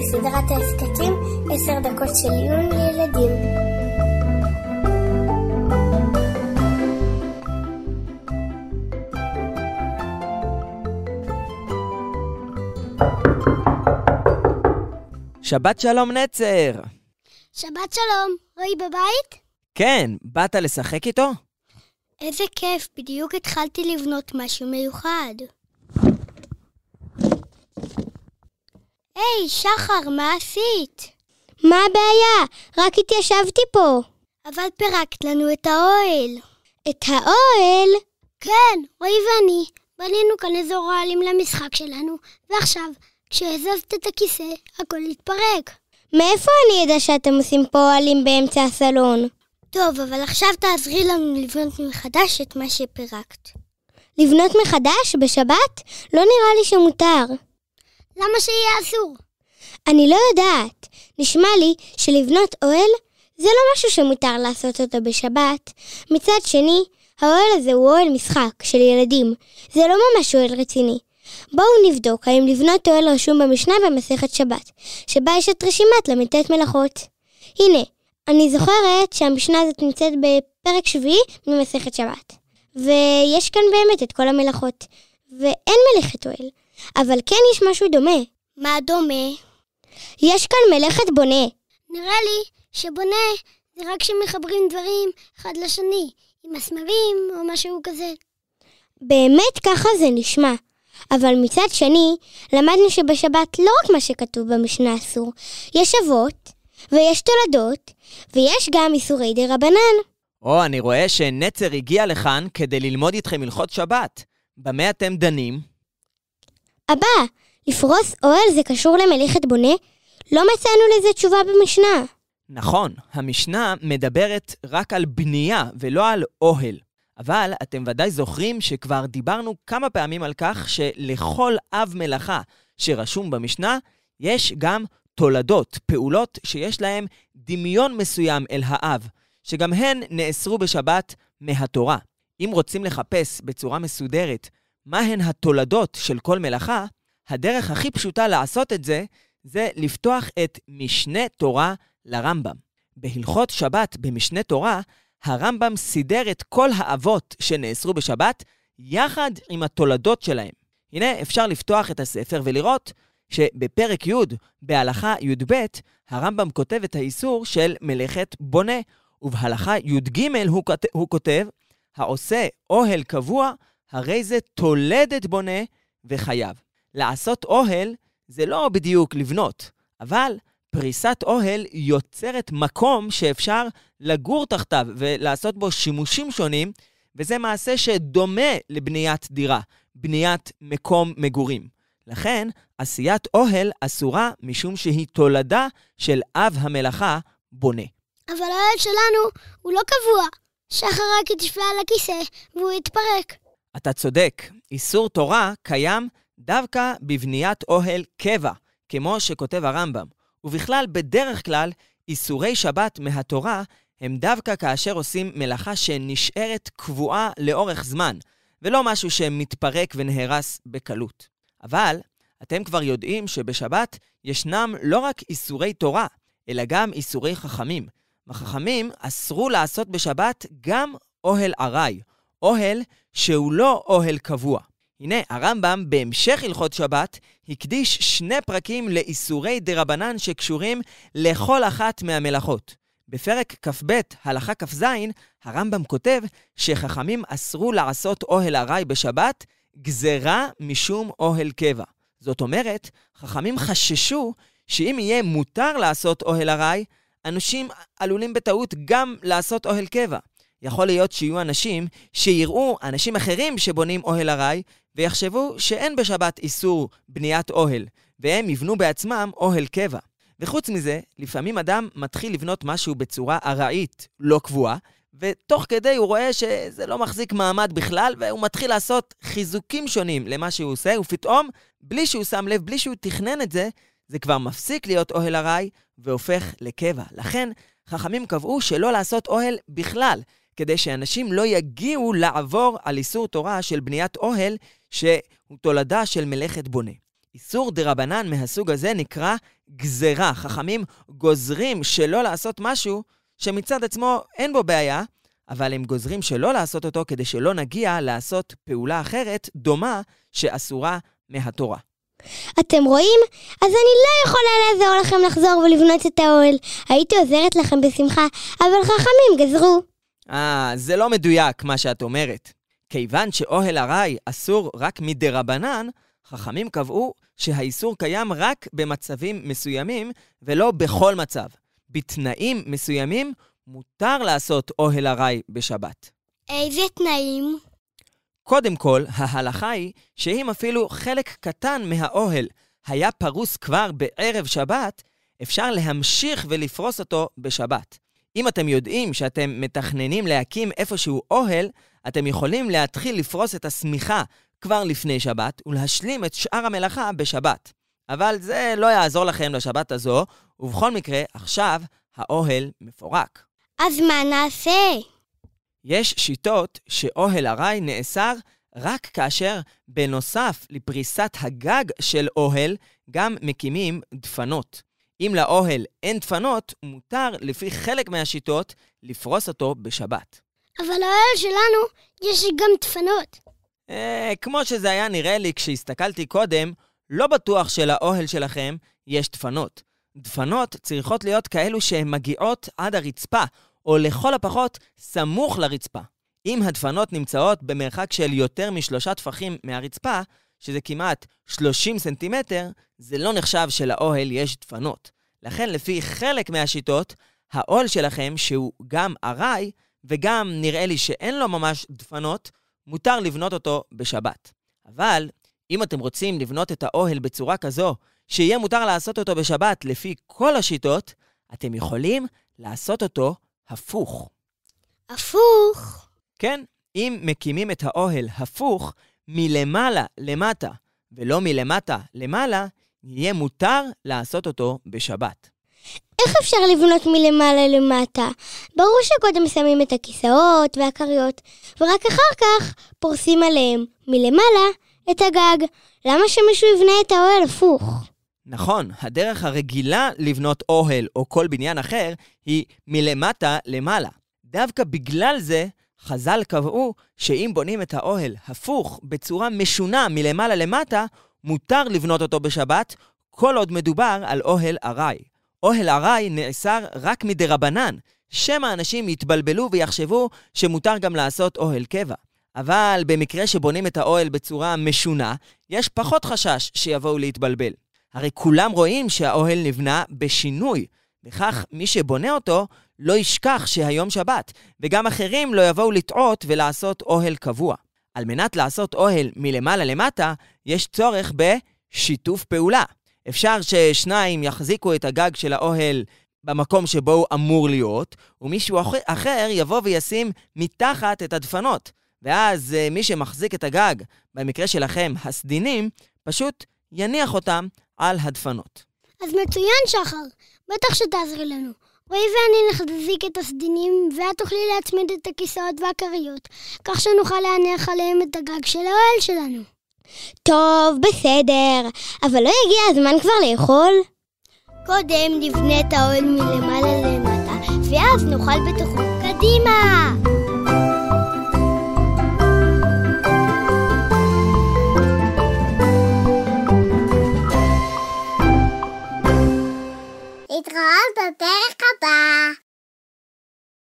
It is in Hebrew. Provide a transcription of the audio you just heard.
בסדרת ההסכתים 10 דקות של עיון לילדים. שבת שלום נצר. שבת שלום, רועי בבית? כן, באת לשחק איתו? איזה כיף, בדיוק התחלתי לבנות משהו מיוחד. היי, שחר, מה עשית? מה הבעיה? רק התיישבתי פה. אבל פירקת לנו את האוהל. את האוהל? כן, רועי ואני בנינו כאן אזור אוהלים למשחק שלנו, ועכשיו, כשהזזת את הכיסא, הכל התפרק. מאיפה אני יודע שאתם עושים פה אוהלים באמצע הסלון? טוב, אבל עכשיו תעזרי לנו לבנות מחדש את מה שפירקת. לבנות מחדש? בשבת? לא נראה לי שמותר. למה שיהיה אסור? אני לא יודעת. נשמע לי שלבנות אוהל זה לא משהו שמותר לעשות אותו בשבת. מצד שני, האוהל הזה הוא אוהל משחק של ילדים. זה לא ממש אוהל רציני. בואו נבדוק האם לבנות אוהל רשום במשנה במסכת שבת, שבה יש את רשימת ל"ט מלאכות. הנה, אני זוכרת שהמשנה הזאת נמצאת בפרק 7 במסכת שבת. ויש כאן באמת את כל המלאכות. ואין מלאכת אוהל. אבל כן יש משהו דומה. מה דומה? יש כאן מלאכת בונה. נראה לי שבונה זה רק שמחברים דברים אחד לשני, עם מסמרים או משהו כזה. באמת ככה זה נשמע. אבל מצד שני, למדנו שבשבת לא רק מה שכתוב במשנה אסור. יש אבות, ויש תולדות, ויש גם איסורי דרבנן. אני רואה שנצר הגיע לכאן כדי ללמוד איתכם הלכות שבת. במה אתם דנים? אבא, לפרוס אוהל זה קשור למלאכת בונה? לא מצאנו לזה תשובה במשנה. נכון, המשנה מדברת רק על בנייה ולא על אוהל. אבל אתם ודאי זוכרים שכבר דיברנו כמה פעמים על כך שלכל אב מלאכה שרשום במשנה יש גם תולדות, פעולות שיש להם דמיון מסוים אל האב, שגם הן נאסרו בשבת מהתורה. אם רוצים לחפש בצורה מסודרת מהן התולדות של כל מלאכה, הדרך הכי פשוטה לעשות את זה, זה לפתוח את משנה תורה לרמב"ם. בהלכות שבת במשנה תורה, הרמב"ם סידר את כל האבות שנאסרו בשבת, יחד עם התולדות שלהם. הנה אפשר לפתוח את הספר ולראות שבפרק י' בהלכה י"ב, הרמב"ם כותב את האיסור של מלאכת בונה, ובהלכה י"ג הוא כותב, העושה אוהל קבוע, הרי זה תולדת בונה וחייב. לעשות אוהל זה לא בדיוק לבנות, אבל פריסת אוהל יוצרת מקום שאפשר לגור תחתיו ולעשות בו שימושים שונים, וזה מעשה שדומה לבניית דירה, בניית מקום מגורים. לכן, עשיית אוהל אסורה משום שהיא תולדה של אב המלאכה בונה. אבל האוהל שלנו הוא לא קבוע. שחר רק התשפה על הכיסא והוא התפרק. אתה צודק, איסור תורה קיים דווקא בבניית אוהל קבע, כמו שכותב הרמב"ם. ובכלל, בדרך כלל, איסורי שבת מהתורה הם דווקא כאשר עושים מלאכה שנשארת קבועה לאורך זמן, ולא משהו שמתפרק ונהרס בקלות. אבל אתם כבר יודעים שבשבת ישנם לא רק איסורי תורה, אלא גם איסורי חכמים. החכמים אסרו לעשות בשבת גם אוהל ערי, אוהל שהוא לא אוהל קבוע. הנה, הרמב"ם בהמשך הלכות שבת הקדיש 2 פרקים לאיסורי דרבנן שקשורים לכל אחת מהמלאכות. בפרק כ"ב, הלכה כ"ז, הרמב"ם כותב שחכמים אסרו לעשות אוהל ערי בשבת, גזרה משום אוהל קבע. זאת אומרת, חכמים חששו שאם יהיה מותר לעשות אוהל ערי, אנשים עלולים בטעות גם לעשות אוהל קבע. יכול להיות שיהיו אנשים שיראו אנשים אחרים שבונים אוהל ערי, ויחשבו שאין בשבת איסור בניית אוהל, והם יבנו בעצמם אוהל קבע. וחוץ מזה, לפעמים אדם מתחיל לבנות משהו בצורה ארעית, לא קבועה, ותוך כדי הוא רואה שזה לא מחזיק מעמד בכלל, והוא מתחיל לעשות חיזוקים שונים למה שהוא עושה, ופתאום, בלי שהוא שם לב, בלי שהוא תכנן את זה, זה כבר מפסיק להיות אוהל ערי, והופך לקבע. לכן, חכמים קבעו שלא לעשות אוהל בכלל, כדי שאנשים לא יגיעו לעבור על איסור תורה של בניית אוהל, שהוא תולדה של מלאכת בונה. איסור דרבנן מהסוג הזה נקרא גזרה. חכמים גוזרים שלא לעשות משהו שמצד עצמו אין בו בעיה, אבל הם גוזרים שלא לעשות אותו כדי שלא נגיע לעשות פעולה אחרת דומה שאסורה מהתורה. אתם רואים? אז אני לא יכולה לעזור לכם לחזור ולבנות את האוהל. הייתי עוזרת לכם בשמחה, אבל חכמים גזרו. זה לא מדויק מה שאת אומרת. כיוון שאוהל ארעי אסור רק מדרבנן, חכמים קבעו שהאיסור קיים רק במצבים מסוימים ולא בכל מצב. בתנאים מסוימים מותר לעשות אוהל ארעי בשבת. איזה תנאים? קודם כל, ההלכה היא שאם אפילו חלק קטן מהאוהל היה פרוס כבר בערב שבת, אפשר להמשיך ולפרוס אותו בשבת. אם אתם יודעים שאתם מתכננים להקים איפשהו אוהל, אתם יכולים להתחיל לפרוס את השמיכה כבר לפני שבת ולהשלים את שאר המלאכה בשבת. אבל זה לא יעזור לכם לשבת הזו, ובכל מקרה, עכשיו האוהל מפורק. אז מה נעשה? יש שיטות שאוהל ארעי נאסר רק כאשר בנוסף לפריסת הגג של אוהל גם מקימים דפנות. אם לאוהל אין דפנות, מותר לפי חלק מהשיטות לפרוס אותו בשבת. אבל לאוהל שלנו יש גם דפנות. כמו שזה היה נראה לי כשהסתכלתי קודם, לא בטוח שלאוהל שלכם יש דפנות. דפנות צריכות להיות כאלו שהן מגיעות עד הרצפה, או לכל הפחות סמוך לרצפה. אם הדפנות נמצאות במרחק של יותר מ3 טפחים מהרצפה, שזה כמעט 30 סנטימטר, זה לא נחשב שלאוהל יש דפנות. לכן לפי חלק מהשיטות, האוהל שלכם שהוא גם ארעי, וגם נראה לי שאין לו ממש דפנות, מותר לבנות אותו בשבת. אבל אם אתם רוצים לבנות את האוהל בצורה כזו, שיהיה מותר לעשות אותו בשבת לפי כל השיטות, אתם יכולים לעשות אותו הפוך. הפוך? כן, אם מקימים את האוהל הפוך, מלמעלה למטה, ולא מלמטה למעלה, יהיה מותר לעשות אותו בשבת. איך אפשר לבנות מלמעלה למטה? ברור שקודם שמים את הכיסאות והקריות, ורק אחר כך פורסים עליהם מלמעלה את הגג. למה שמישהו יבנה את האוהל הפוך? נכון, הדרך הרגילה לבנות אוהל או כל בניין אחר היא מלמטה למעלה. דווקא בגלל זה חז"ל קבעו שאם בונים את האוהל הפוך בצורה משונה מלמעלה למטה, מותר לבנות אותו בשבת, כל עוד מדובר על אוהל ארעי. אוהל ארעי נאסר רק מדרבנן, שמא אנשים יתבלבלו ויחשבו שמותר גם לעשות אוהל קבע. אבל במקרה שבונים את האוהל בצורה משונה, יש פחות חשש שיבואו להתבלבל. הרי כולם רואים שהאוהל נבנה בשינוי, וכך מי שבונה אותו לא ישכח שהיום שבת, וגם אחרים לא יבואו לטעות ולעשות אוהל קבוע. על מנת לעשות אוהל מלמעלה למטה, יש צורך בשיתוף פעולה. אפשר ששניים יחזיקו את הגג של האוהל במקום שבו הוא אמור להיות, ומישהו אחר יבוא וישים מתחת את הדפנות. ואז מי שמחזיק את הגג, במקרה שלכם הסדינים, פשוט יניח אותם על הדפנות. אז מצוין שחר, בטח שתעזרי לנו. רועי ואני נחזיק את הסדינים, ואת תוכלי להצמיד את הכיסאות והקריות, כך שנוכל להניח עליהם את הגג של האוהל שלנו. טוב, בסדר, אבל לא הגיע הזמן כבר לאכול? קודם נבנה את האוהל מלמעלה למטה, ואז נאכל בתוכו. קדימה! להתראות בפרק הבא.